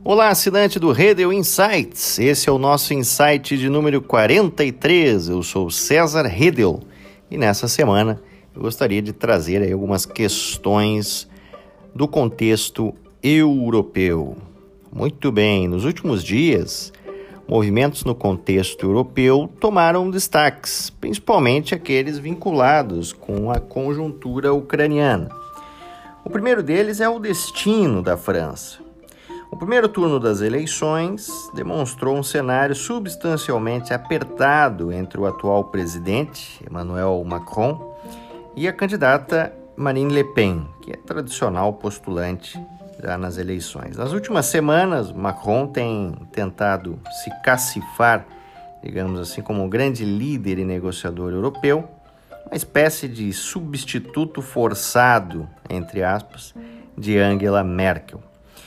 Olá, assinante do Redel Insights. Esse é o nosso Insight de número 43. Eu sou César Redel e nessa semana eu gostaria de trazer aí algumas questões do contexto europeu. Muito bem, nos últimos dias, movimentos no contexto europeu tomaram destaques, principalmente aqueles vinculados com a conjuntura ucraniana. O primeiro deles é o destino da França. O primeiro turno das eleições demonstrou um cenário substancialmente apertado entre o atual presidente, Emmanuel Macron, e a candidata Marine Le Pen, que é tradicional postulante já nas eleições. Nas últimas semanas, Macron tem tentado se cacifar, digamos assim, como um grande líder e negociador europeu, uma espécie de substituto forçado, entre aspas, de Angela Merkel.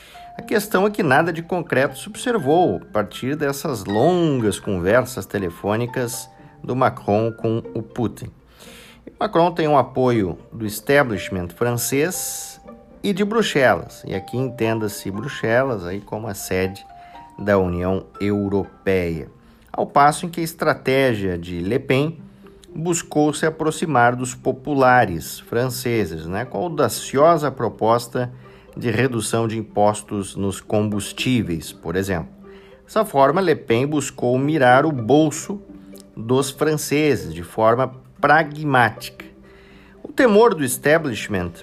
A questão é que nada de concreto se observou a partir dessas longas conversas telefônicas do Macron com o Putin. Macron tem o apoio do establishment francês e de Bruxelas, e aqui entenda-se Bruxelas aí como a sede da União Europeia, ao passo em que a estratégia de Le Pen buscou se aproximar dos populares franceses, com a audaciosa proposta de redução de impostos nos combustíveis, por exemplo. Dessa forma, Le Pen buscou mirar o bolso dos franceses de forma pragmática. O temor do establishment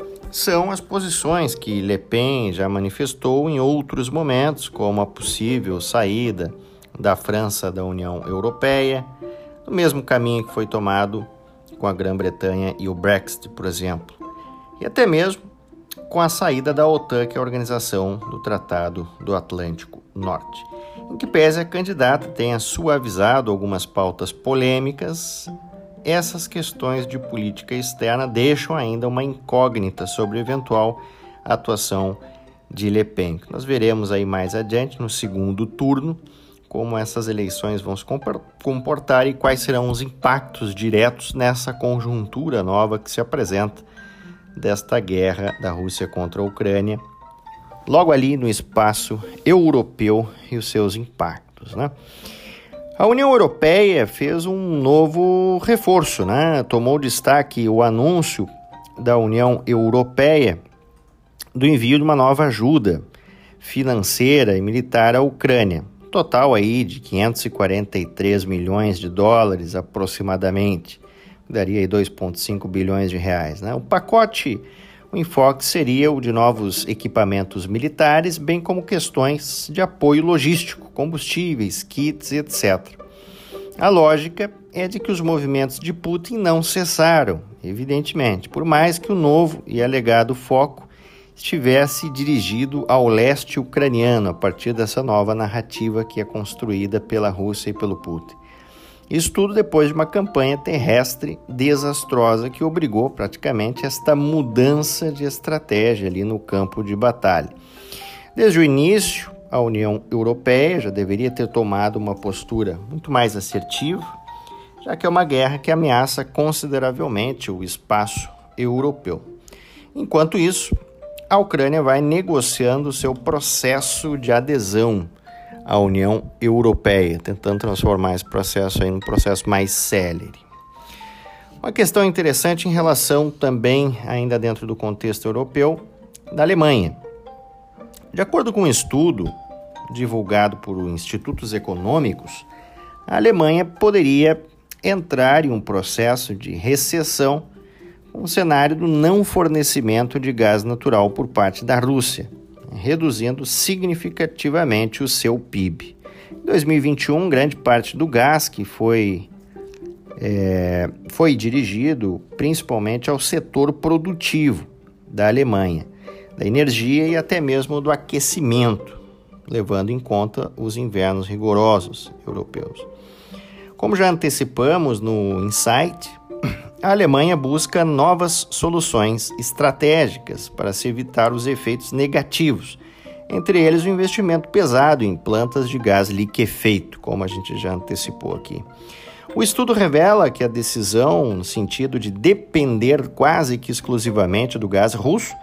são as posições que Le Pen já manifestou em outros momentos, como a possível saída da França da União Europeia, no mesmo caminho que foi tomado com a Grã-Bretanha e o Brexit, por exemplo, e até mesmo com a saída da OTAN, que é a Organização do Tratado do Atlântico Norte. Em que pese a candidata tenha suavizado algumas pautas polêmicas, essas questões de política externa deixam ainda uma incógnita sobre a eventual atuação de Le Pen. Nós veremos aí mais adiante, no segundo turno, como essas eleições vão se comportar e quais serão os impactos diretos nessa conjuntura nova que se apresenta desta guerra da Rússia contra a Ucrânia, logo ali no espaço europeu e os seus impactos, A União Europeia fez um novo reforço, Tomou destaque o anúncio da União Europeia do envio de uma nova ajuda financeira e militar à Ucrânia, total aí de 543 milhões de dólares aproximadamente, daria aí 2,5 bilhões de reais. O pacote, o enfoque seria o de novos equipamentos militares, bem como questões de apoio logístico, combustíveis, kits, etc. A lógica é de que os movimentos de Putin não cessaram, evidentemente, por mais que o novo e alegado foco estivesse dirigido ao leste ucraniano, a partir dessa nova narrativa que é construída pela Rússia e pelo Putin. Isso tudo depois de uma campanha terrestre desastrosa que obrigou praticamente esta mudança de estratégia ali no campo de batalha. Desde o início, a União Europeia já deveria ter tomado uma postura muito mais assertiva, já que é uma guerra que ameaça consideravelmente o espaço europeu. Enquanto isso, a Ucrânia vai negociando seu processo de adesão à União Europeia, tentando transformar esse processo aí num processo mais célere. Uma questão interessante em relação também, ainda dentro do contexto europeu, da Alemanha. De acordo com um estudo divulgado por institutos econômicos, a Alemanha poderia entrar em um processo de recessão com o cenário do não fornecimento de gás natural por parte da Rússia, reduzindo significativamente o seu PIB. Em 2021, grande parte do gás que foi dirigido principalmente ao setor produtivo da Alemanha, da energia e até mesmo do aquecimento, levando em conta os invernos rigorosos europeus. Como já antecipamos no Insight, a Alemanha busca novas soluções estratégicas para se evitar os efeitos negativos, entre eles o investimento pesado em plantas de gás liquefeito, como a gente já antecipou aqui. O estudo revela que a decisão, no sentido de depender quase que exclusivamente do gás russo,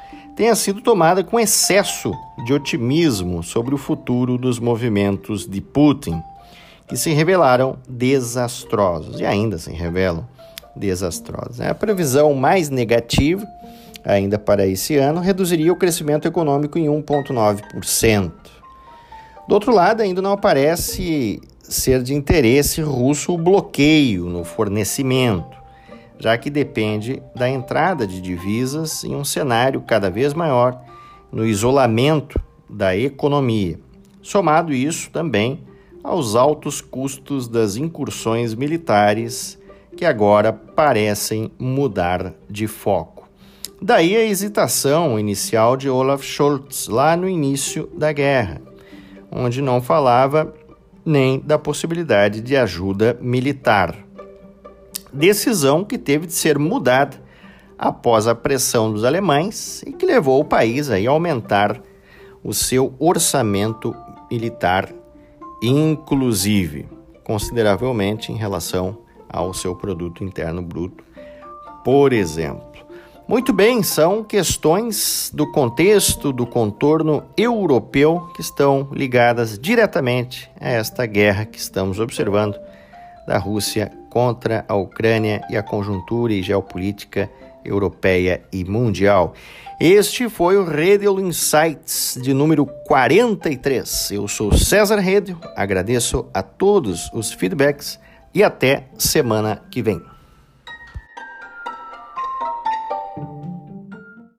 tenha sido tomada com excesso de otimismo sobre o futuro dos movimentos de Putin, que se revelaram desastrosos e ainda se revelam desastrosos. A previsão mais negativa, ainda para esse ano, reduziria o crescimento econômico em 1,9%. Do outro lado, ainda não parece ser de interesse russo o bloqueio no fornecimento, já que depende da entrada de divisas em um cenário cada vez maior no isolamento da economia. Somado isso também aos altos custos das incursões militares que agora parecem mudar de foco. Daí a hesitação inicial de Olaf Scholz lá no início da guerra, onde não falava nem da possibilidade de ajuda militar. Decisão que teve de ser mudada após a pressão dos alemães e que levou o país a aumentar o seu orçamento militar, inclusive consideravelmente em relação ao seu produto interno bruto, por exemplo. Muito bem, são questões do contexto, do contorno europeu que estão ligadas diretamente a esta guerra que estamos observando da Rússia contra a Ucrânia e a conjuntura e geopolítica europeia e mundial. Este foi o Redel Insights de número 43. Eu sou César Redel, agradeço a todos os feedbacks e até semana que vem.